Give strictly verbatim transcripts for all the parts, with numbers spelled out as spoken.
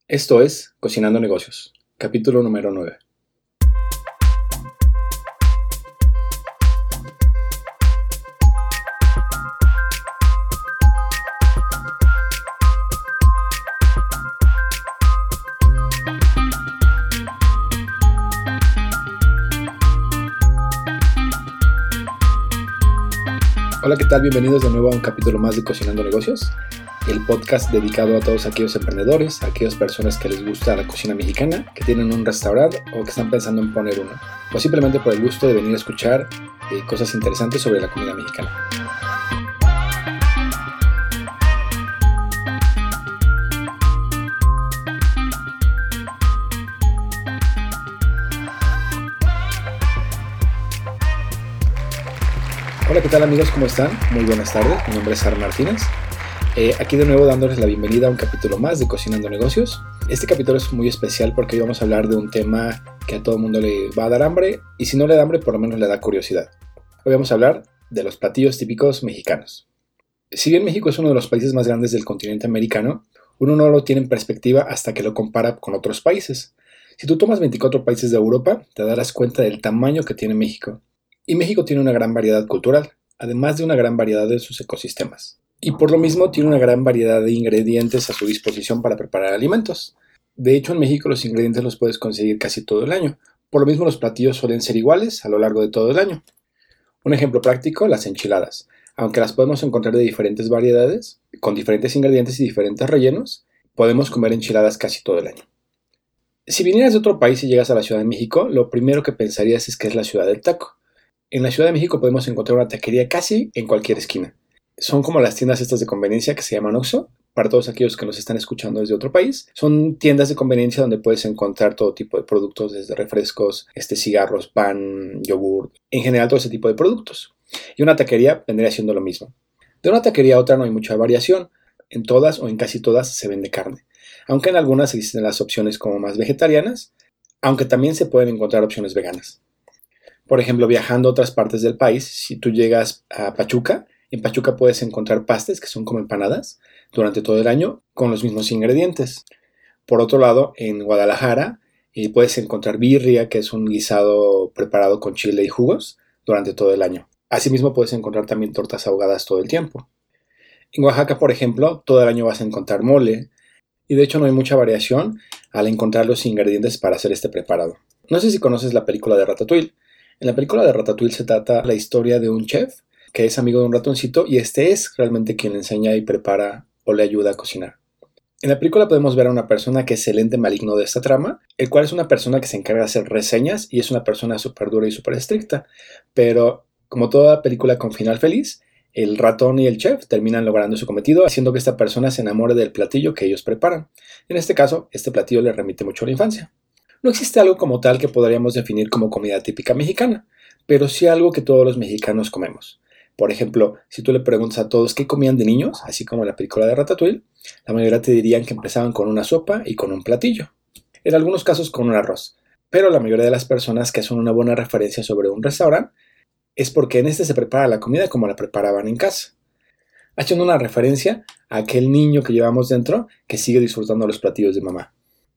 Esto es Cocinando Negocios, capítulo número nueve. Hola, ¿qué tal? Bienvenidos de nuevo a un capítulo más de Cocinando Negocios, el podcast dedicado a todos aquellos emprendedores, a aquellas personas que les gusta la cocina mexicana, que tienen un restaurante o que están pensando en poner uno, o simplemente por el gusto de venir a escuchar eh, cosas interesantes sobre la comida mexicana. Hola, ¿qué tal amigos? ¿Cómo están? Muy buenas tardes, mi nombre es Ar Martínez. Eh, aquí de nuevo dándoles la bienvenida a un capítulo más de Cocinando Negocios. Este capítulo es muy especial porque hoy vamos a hablar de un tema que a todo el mundo le va a dar hambre, y si no le da hambre, por lo menos le da curiosidad. Hoy vamos a hablar de los platillos típicos mexicanos. Si bien México es uno de los países más grandes del continente americano, uno no lo tiene en perspectiva hasta que lo compara con otros países. Si tú tomas veinticuatro países de Europa, te darás cuenta del tamaño que tiene México. Y México tiene una gran variedad cultural, además de una gran variedad de sus ecosistemas. Y por lo mismo tiene una gran variedad de ingredientes a su disposición para preparar alimentos. De hecho, en México los ingredientes los puedes conseguir casi todo el año. Por lo mismo los platillos suelen ser iguales a lo largo de todo el año. Un ejemplo práctico, las enchiladas. Aunque las podemos encontrar de diferentes variedades, con diferentes ingredientes y diferentes rellenos, podemos comer enchiladas casi todo el año. Si vinieras de otro país y llegas a la Ciudad de México, lo primero que pensarías es que es la ciudad del taco. En la Ciudad de México podemos encontrar una taquería casi en cualquier esquina. Son como las tiendas estas de conveniencia que se llaman Oxxo. Para todos aquellos que nos están escuchando desde otro país, son tiendas de conveniencia donde puedes encontrar todo tipo de productos, desde refrescos, este, cigarros, pan, yogur, en general todo ese tipo de productos. Y una taquería vendría siendo lo mismo. De una taquería a otra no hay mucha variación. En todas o en casi todas se vende carne. Aunque en algunas existen las opciones como más vegetarianas, aunque también se pueden encontrar opciones veganas. Por ejemplo, viajando a otras partes del país, si tú llegas a Pachuca, en Pachuca puedes encontrar pastes que son como empanadas durante todo el año con los mismos ingredientes. Por otro lado, en Guadalajara eh, puedes encontrar birria, que es un guisado preparado con chile y jugos durante todo el año. Asimismo puedes encontrar también tortas ahogadas todo el tiempo. En Oaxaca, por ejemplo, todo el año vas a encontrar mole, y de hecho no hay mucha variación al encontrar los ingredientes para hacer este preparado. No sé si conoces la película de Ratatouille. En la película de Ratatouille se trata la historia de un chef que es amigo de un ratoncito, y este es realmente quien le enseña y prepara o le ayuda a cocinar. En la película podemos ver a una persona que es el ente maligno de esta trama, el cual es una persona que se encarga de hacer reseñas y es una persona súper dura y súper estricta, pero como toda película con final feliz, el ratón y el chef terminan logrando su cometido, haciendo que esta persona se enamore del platillo que ellos preparan. En este caso, este platillo le remite mucho a la infancia. No existe algo como tal que podríamos definir como comida típica mexicana, pero sí algo que todos los mexicanos comemos. Por ejemplo, si tú le preguntas a todos qué comían de niños, así como en la película de Ratatouille, la mayoría te dirían que empezaban con una sopa y con un platillo. En algunos casos con un arroz. Pero la mayoría de las personas que son una buena referencia sobre un restaurante es porque en este se prepara la comida como la preparaban en casa. Haciendo una referencia a aquel niño que llevamos dentro que sigue disfrutando los platillos de mamá.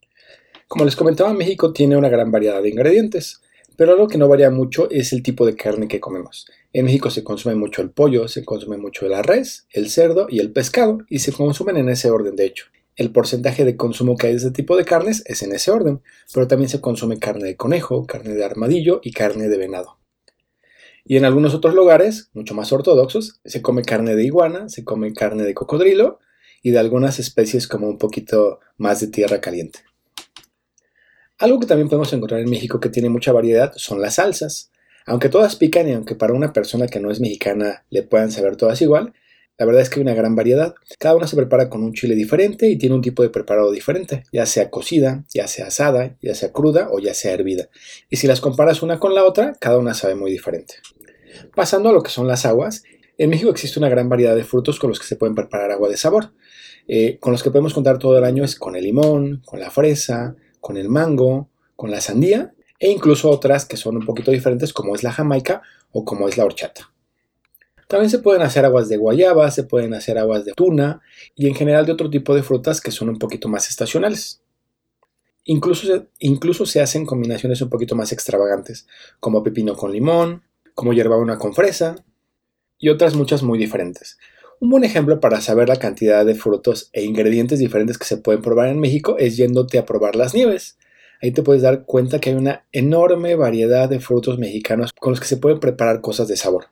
Como les comentaba, México tiene una gran variedad de ingredientes. Pero algo que no varía mucho es el tipo de carne que comemos. En México se consume mucho el pollo, se consume mucho la res, el cerdo y el pescado, y se consumen en ese orden de hecho. El porcentaje de consumo que hay de este tipo de carnes es en ese orden, pero también se consume carne de conejo, carne de armadillo y carne de venado. Y en algunos otros lugares, mucho más ortodoxos, se come carne de iguana, se come carne de cocodrilo y de algunas especies como un poquito más de tierra caliente. Algo que también podemos encontrar en México que tiene mucha variedad son las salsas. Aunque todas pican y aunque para una persona que no es mexicana le puedan saber todas igual, la verdad es que hay una gran variedad. Cada una se prepara con un chile diferente y tiene un tipo de preparado diferente, ya sea cocida, ya sea asada, ya sea cruda o ya sea hervida. Y si las comparas una con la otra, cada una sabe muy diferente. Pasando a lo que son las aguas, en México existe una gran variedad de frutos con los que se pueden preparar agua de sabor. Eh, con los que podemos contar todo el año es con el limón, con la fresa, con el mango, con la sandía e incluso otras que son un poquito diferentes como es la jamaica o como es la horchata. También se pueden hacer aguas de guayaba, se pueden hacer aguas de tuna y en general de otro tipo de frutas que son un poquito más estacionales. Incluso, incluso se hacen combinaciones un poquito más extravagantes, como pepino con limón, como hierbabuena con fresa y otras muchas muy diferentes. Un buen ejemplo para saber la cantidad de frutos e ingredientes diferentes que se pueden probar en México es yéndote a probar las nieves. Ahí te puedes dar cuenta que hay una enorme variedad de frutos mexicanos con los que se pueden preparar cosas de sabor.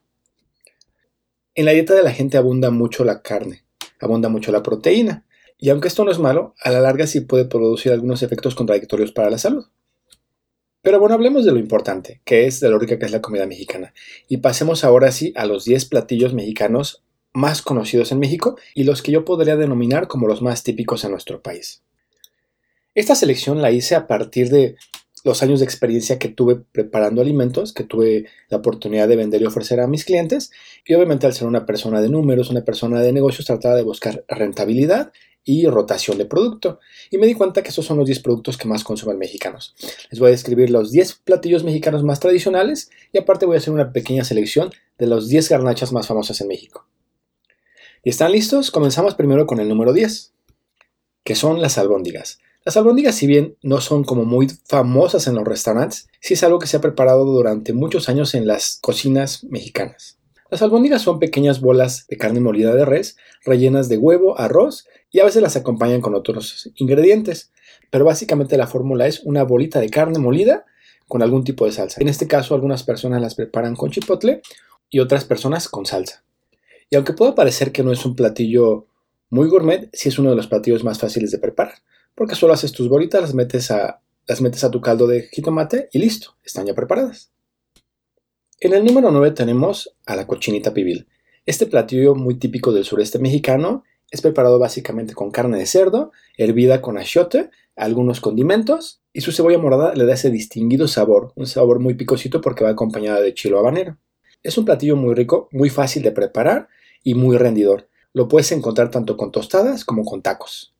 En la dieta de la gente abunda mucho la carne, abunda mucho la proteína, y aunque esto no es malo, a la larga sí puede producir algunos efectos contradictorios para la salud. Pero bueno, hablemos de lo importante, que es de lo rica que es la comida mexicana, y pasemos ahora sí a los diez platillos mexicanos más conocidos en México y los que yo podría denominar como los más típicos en nuestro país. Esta selección la hice a partir de los años de experiencia que tuve preparando alimentos, que tuve la oportunidad de vender y ofrecer a mis clientes, y obviamente al ser una persona de números, una persona de negocios, trataba de buscar rentabilidad y rotación de producto, y me di cuenta que estos son los diez productos que más consumen mexicanos. Les voy a describir los diez platillos mexicanos más tradicionales y aparte voy a hacer una pequeña selección de los diez garnachas más famosas en México. ¿Y están listos? Comenzamos primero con el número diez, que son las albóndigas. Las albóndigas, si bien no son como muy famosas en los restaurantes, sí es algo que se ha preparado durante muchos años en las cocinas mexicanas. Las albóndigas son pequeñas bolas de carne molida de res, rellenas de huevo, arroz y a veces las acompañan con otros ingredientes. Pero básicamente la fórmula es una bolita de carne molida con algún tipo de salsa. En este caso, algunas personas las preparan con chipotle y otras personas con salsa. Y aunque pueda parecer que no es un platillo muy gourmet, sí es uno de los platillos más fáciles de preparar. Porque solo haces tus bolitas, las metes a, las metes a tu caldo de jitomate y listo, están ya preparadas. En el número nueve tenemos a la cochinita pibil. Este platillo muy típico del sureste mexicano es preparado básicamente con carne de cerdo, hervida con achiote, algunos condimentos y su cebolla morada le da ese distinguido sabor, un sabor muy picosito porque va acompañada de chile habanero. Es un platillo muy rico, muy fácil de preparar y muy rendidor. Lo puedes encontrar tanto con tostadas como con tacos.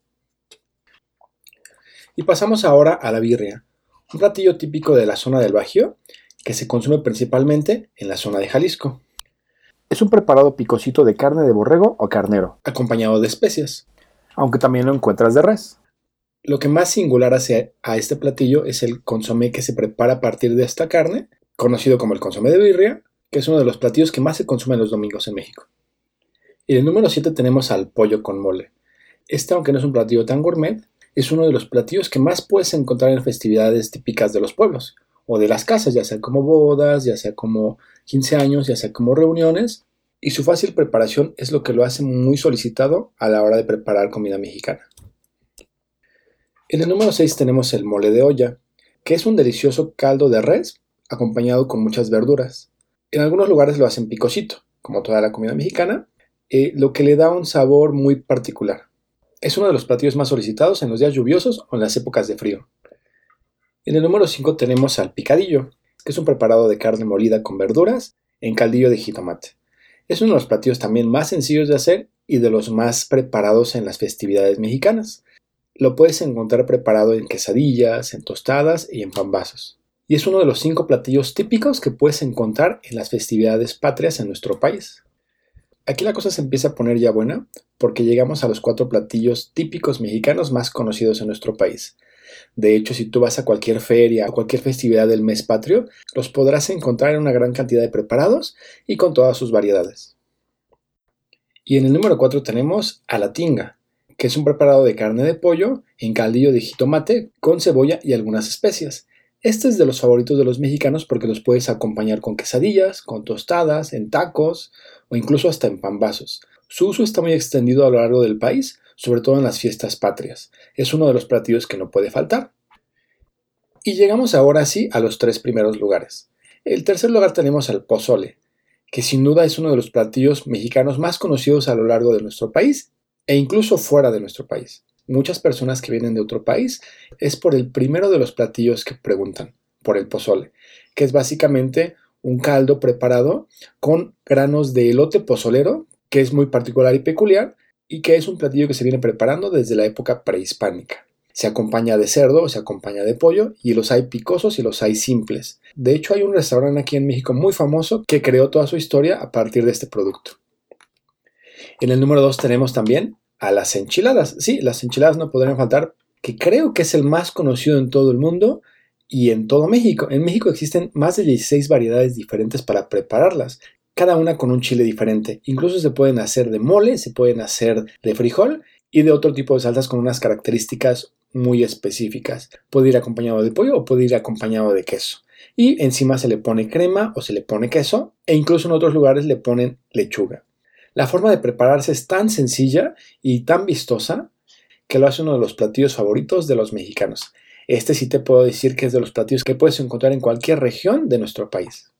Y pasamos ahora a la birria, un platillo típico de la zona del Bajío que se consume principalmente en la zona de Jalisco. Es un preparado picosito de carne de borrego o carnero, acompañado de especias, aunque también lo encuentras de res. Lo que más singular hace a este platillo es el consomé que se prepara a partir de esta carne, conocido como el consomé de birria, que es uno de los platillos que más se consumen los domingos en México. Y en el número siete tenemos al pollo con mole. Este, aunque no es un platillo tan gourmet, es uno de los platillos que más puedes encontrar en festividades típicas de los pueblos o de las casas, ya sea como bodas, ya sea como quince años, ya sea como reuniones, y su fácil preparación es lo que lo hace muy solicitado a la hora de preparar comida mexicana. En el número seis tenemos el mole de olla, que es un delicioso caldo de res acompañado con muchas verduras. En algunos lugares lo hacen picosito, como toda la comida mexicana, eh, lo que le da un sabor muy particular. Es uno de los platillos más solicitados en los días lluviosos o en las épocas de frío. En el número cinco tenemos al picadillo, que es un preparado de carne molida con verduras en caldillo de jitomate. Es uno de los platillos también más sencillos de hacer y de los más preparados en las festividades mexicanas. Lo puedes encontrar preparado en quesadillas, en tostadas y en pambazos. Y es uno de los cinco platillos típicos que puedes encontrar en las festividades patrias en nuestro país. Aquí la cosa se empieza a poner ya buena porque llegamos a los cuatro platillos típicos mexicanos más conocidos en nuestro país. De hecho, si tú vas a cualquier feria o cualquier festividad del mes patrio, los podrás encontrar en una gran cantidad de preparados y con todas sus variedades. Y en el número cuatro tenemos a la tinga, que es un preparado de carne de pollo en caldillo de jitomate con cebolla y algunas especias. Este es de los favoritos de los mexicanos porque los puedes acompañar con quesadillas, con tostadas, en tacos o incluso hasta en pambazos. Su uso está muy extendido a lo largo del país, sobre todo en las fiestas patrias. Es uno de los platillos que no puede faltar. Y llegamos ahora sí a los tres primeros lugares. En tercer lugar tenemos al pozole, que sin duda es uno de los platillos mexicanos más conocidos a lo largo de nuestro país e incluso fuera de nuestro país. Muchas personas que vienen de otro país es por el primero de los platillos que preguntan, por el pozole, que es básicamente un caldo preparado con granos de elote pozolero, que es muy particular y peculiar, y que es un platillo que se viene preparando desde la época prehispánica. Se acompaña de cerdo, se acompaña de pollo, y los hay picosos y los hay simples. De hecho, hay un restaurante aquí en México muy famoso que creó toda su historia a partir de este producto. En el número dos tenemos también a las enchiladas. Sí, las enchiladas no podrían faltar que creo que es el más conocido en todo el mundo y en todo México. En México existen más de dieciséis variedades diferentes para prepararlas, cada una con un chile diferente. Incluso se pueden hacer de mole, se pueden hacer de frijol y de otro tipo de salsas con unas características muy específicas. Puede ir acompañado de pollo o puede ir acompañado de queso. Y encima se le pone crema o se le pone queso e incluso en otros lugares le ponen lechuga. La forma de prepararse es tan sencilla y tan vistosa que lo hace uno de los platillos favoritos de los mexicanos. Este sí te puedo decir que es de los platillos que puedes encontrar en cualquier región de nuestro país.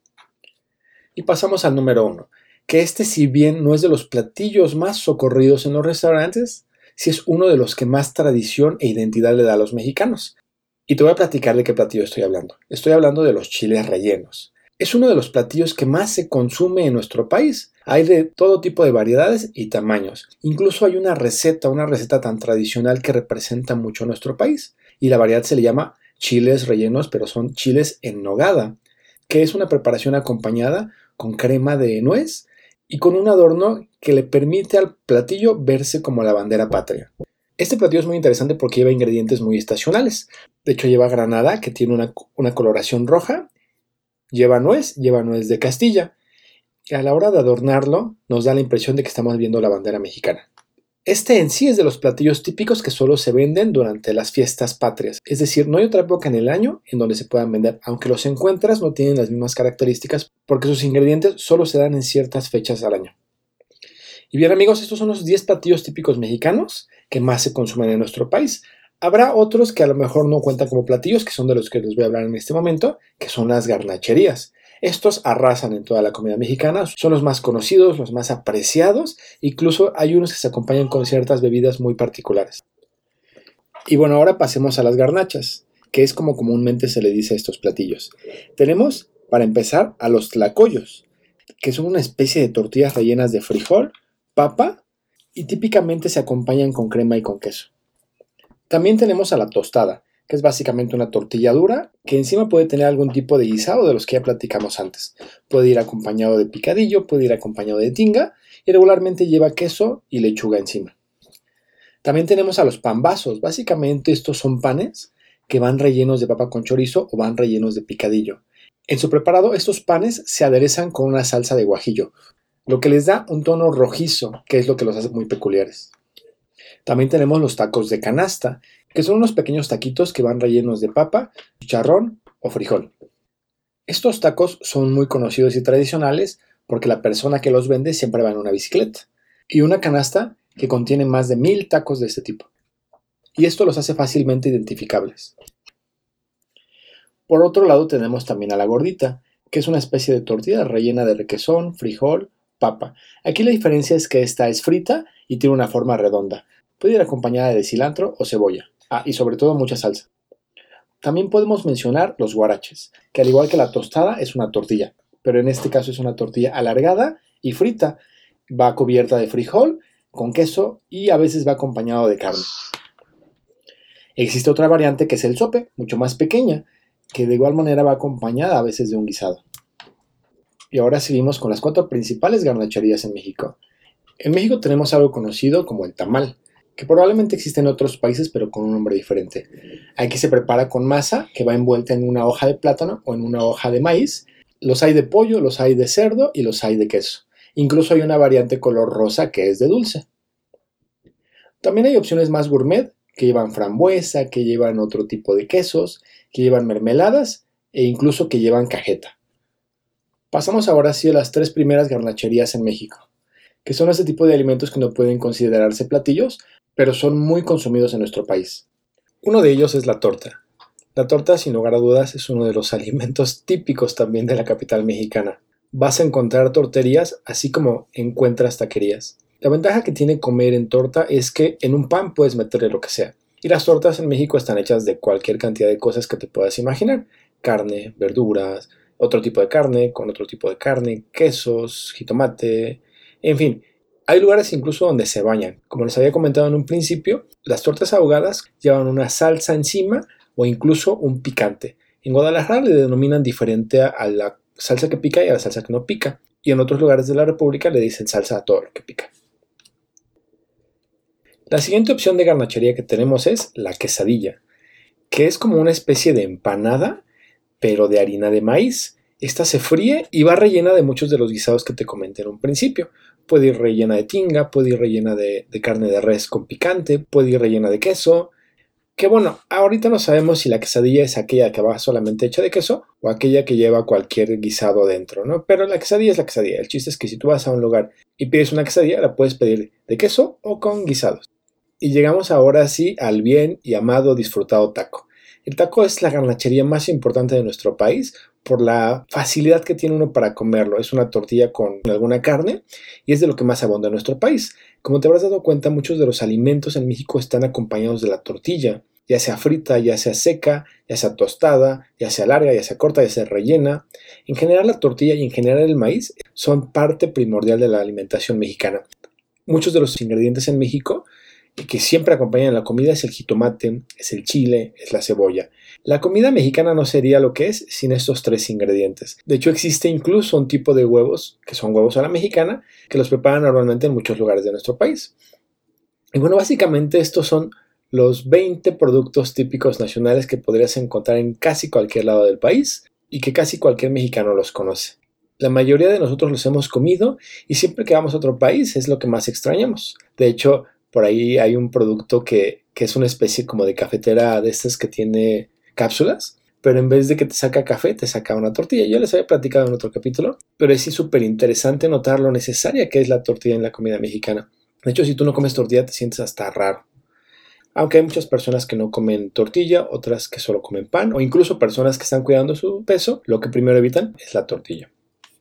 Y pasamos al número uno, que este, si bien no es de los platillos más socorridos en los restaurantes, sí es uno de los que más tradición e identidad le da a los mexicanos. Y te voy a platicar de qué platillo estoy hablando. Estoy hablando de los chiles rellenos. Es uno de los platillos que más se consume en nuestro país. Hay de todo tipo de variedades y tamaños. Incluso hay una receta, una receta tan tradicional que representa mucho a nuestro país. Y la variedad se le llama chiles rellenos, pero son chiles en nogada, que es una preparación acompañada con crema de nuez y con un adorno que le permite al platillo verse como la bandera patria. Este platillo es muy interesante porque lleva ingredientes muy estacionales. De hecho, lleva granada, que tiene una, una coloración roja, lleva nuez, lleva nuez de Castilla. Y a la hora de adornarlo, nos da la impresión de que estamos viendo la bandera mexicana. Este en sí es de los platillos típicos que solo se venden durante las fiestas patrias. Es decir, no hay otra época en el año en donde se puedan vender. Aunque los encuentras, no tienen las mismas características porque sus ingredientes solo se dan en ciertas fechas al año. Y bien, amigos, estos son los diez platillos típicos mexicanos que más se consumen en nuestro país. Habrá otros que a lo mejor no cuentan como platillos, que son de los que les voy a hablar en este momento, que son las garnacherías. Estos arrasan en toda la comida mexicana, son los más conocidos, los más apreciados, incluso hay unos que se acompañan con ciertas bebidas muy particulares. Y bueno, ahora pasemos a las garnachas, que es como comúnmente se le dice a estos platillos. Tenemos, para empezar, a los tlacoyos, que son una especie de tortillas rellenas de frijol, papa, y típicamente se acompañan con crema y con queso. También tenemos a la tostada, que es básicamente una tortilla dura que encima puede tener algún tipo de guisado de los que ya platicamos antes. Puede ir acompañado de picadillo, puede ir acompañado de tinga y regularmente lleva queso y lechuga encima. También tenemos a los pambazos. Básicamente estos son panes que van rellenos de papa con chorizo o van rellenos de picadillo. En su preparado, estos panes se aderezan con una salsa de guajillo, lo que les da un tono rojizo, que es lo que los hace muy peculiares. También tenemos los tacos de canasta, que son unos pequeños taquitos que van rellenos de papa, chicharrón o frijol. Estos tacos son muy conocidos y tradicionales porque la persona que los vende siempre va en una bicicleta y una canasta que contiene más de mil tacos de este tipo. Y esto los hace fácilmente identificables. Por otro lado tenemos también a la gordita, que es una especie de tortilla rellena de requesón, frijol, papa. Aquí la diferencia es que esta es frita y tiene una forma redonda. Puede ir acompañada de cilantro o cebolla. Ah, y sobre todo mucha salsa. También podemos mencionar los guaraches, que al igual que la tostada es una tortilla, pero en este caso es una tortilla alargada y frita. Va cubierta de frijol, con queso y a veces va acompañado de carne. Existe otra variante que es el sope, mucho más pequeña, que de igual manera va acompañada a veces de un guisado. Y ahora seguimos con las cuatro principales garnacherías en México. En México tenemos algo conocido como el tamal, que probablemente existe en otros países pero con un nombre diferente. Aquí se prepara con masa que va envuelta en una hoja de plátano o en una hoja de maíz. Los hay de pollo, los hay de cerdo y los hay de queso. Incluso hay una variante color rosa que es de dulce. También hay opciones más gourmet que llevan frambuesa, que llevan otro tipo de quesos, que llevan mermeladas e incluso que llevan cajeta. Pasamos ahora sí a las tres primeras garnacherías en México, que son este tipo de alimentos que no pueden considerarse platillos, pero son muy consumidos en nuestro país. Uno de ellos es la torta. La torta, sin lugar a dudas, es uno de los alimentos típicos también de la capital mexicana. Vas a encontrar torterías, así como encuentras taquerías. La ventaja que tiene comer en torta es que en un pan puedes meterle lo que sea. Y las tortas en México están hechas de cualquier cantidad de cosas que te puedas imaginar. Carne, verduras, otro tipo de carne, con otro tipo de carne, quesos, jitomate, en fin. Hay lugares incluso donde se bañan. Como les había comentado en un principio, las tortas ahogadas llevan una salsa encima o incluso un picante. En Guadalajara le denominan diferente a la salsa que pica y a la salsa que no pica. Y en otros lugares de la República le dicen salsa a todo lo que pica. La siguiente opción de garnachería que tenemos es la quesadilla, que es como una especie de empanada, pero de harina de maíz. Esta se fríe y va rellena de muchos de los guisados que te comenté en un principio. Puede ir rellena de tinga, puede ir rellena de, de carne de res con picante, puede ir rellena de queso. Que bueno, ahorita no sabemos si la quesadilla es aquella que va solamente hecha de queso o aquella que lleva cualquier guisado dentro, ¿no? Pero la quesadilla es la quesadilla. El chiste es que si tú vas a un lugar y pides una quesadilla, la puedes pedir de queso o con guisados. Y llegamos ahora sí al bien y amado disfrutado taco. El taco es la garnachería más importante de nuestro país por la facilidad que tiene uno para comerlo. Es una tortilla con alguna carne y es de lo que más abunda en nuestro país. Como te habrás dado cuenta, muchos de los alimentos en México están acompañados de la tortilla, ya sea frita, ya sea seca, ya sea tostada, ya sea larga, ya sea corta, ya sea rellena. En general la tortilla y en general el maíz son parte primordial de la alimentación mexicana. Muchos de los ingredientes en México y que siempre acompañan la comida es el jitomate, es el chile, es la cebolla. La comida mexicana no sería lo que es sin estos tres ingredientes. De hecho, existe incluso un tipo de huevos, que son huevos a la mexicana, que los preparan normalmente en muchos lugares de nuestro país. Y bueno, básicamente estos son los veinte productos típicos nacionales que podrías encontrar en casi cualquier lado del país y que casi cualquier mexicano los conoce. La mayoría de nosotros los hemos comido y siempre que vamos a otro país es lo que más extrañamos. De hecho, por ahí hay un producto que, que es una especie como de cafetera de estas que tiene cápsulas, pero en vez de que te saca café, te saca una tortilla. Yo les había platicado en otro capítulo, pero es súper interesante notar lo necesaria que es la tortilla en la comida mexicana. De hecho, si tú no comes tortilla, te sientes hasta raro. Aunque hay muchas personas que no comen tortilla, otras que solo comen pan, o incluso personas que están cuidando su peso, lo que primero evitan es la tortilla.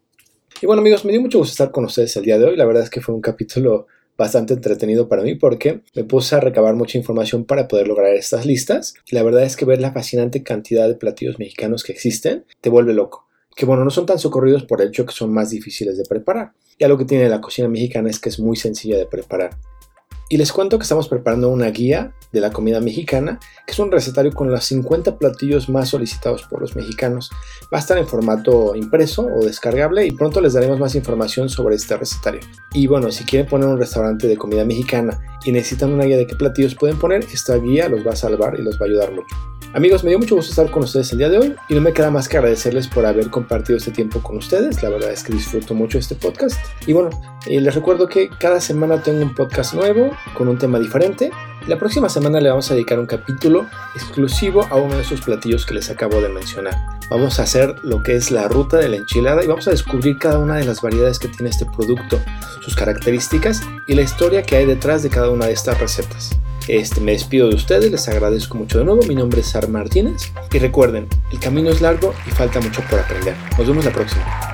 Y bueno, amigos, me dio mucho gusto estar con ustedes el día de hoy. La verdad es que fue un capítulo bastante entretenido para mí porque me puse a recabar mucha información para poder lograr estas listas y la verdad es que ver la fascinante cantidad de platillos mexicanos que existen te vuelve loco. Que bueno, no son tan socorridos por el hecho que son más difíciles de preparar. Y algo que tiene la cocina mexicana es que es muy sencilla de preparar. Y les cuento que estamos preparando una guía de la comida mexicana, que es un recetario con los cincuenta platillos más solicitados por los mexicanos. Va a estar en formato impreso o descargable y pronto les daremos más información sobre este recetario. Y bueno, si quieren poner un restaurante de comida mexicana y necesitan una guía de qué platillos pueden poner, esta guía los va a salvar y los va a ayudar mucho. Amigos, me dio mucho gusto estar con ustedes el día de hoy y no me queda más que agradecerles por haber compartido este tiempo con ustedes. La verdad es que disfruto mucho este podcast. Y bueno, eh, les recuerdo que cada semana tengo un podcast nuevo con un tema diferente. La próxima semana le vamos a dedicar un capítulo exclusivo a uno de esos platillos que les acabo de mencionar. Vamos a hacer lo que es la ruta de la enchilada y vamos a descubrir cada una de las variedades que tiene este producto, sus características y la historia que hay detrás de cada una de estas recetas. Este, me despido de ustedes, les agradezco mucho de nuevo. Mi nombre es Sar Martínez y recuerden, el camino es largo y falta mucho por aprender. Nos vemos la próxima.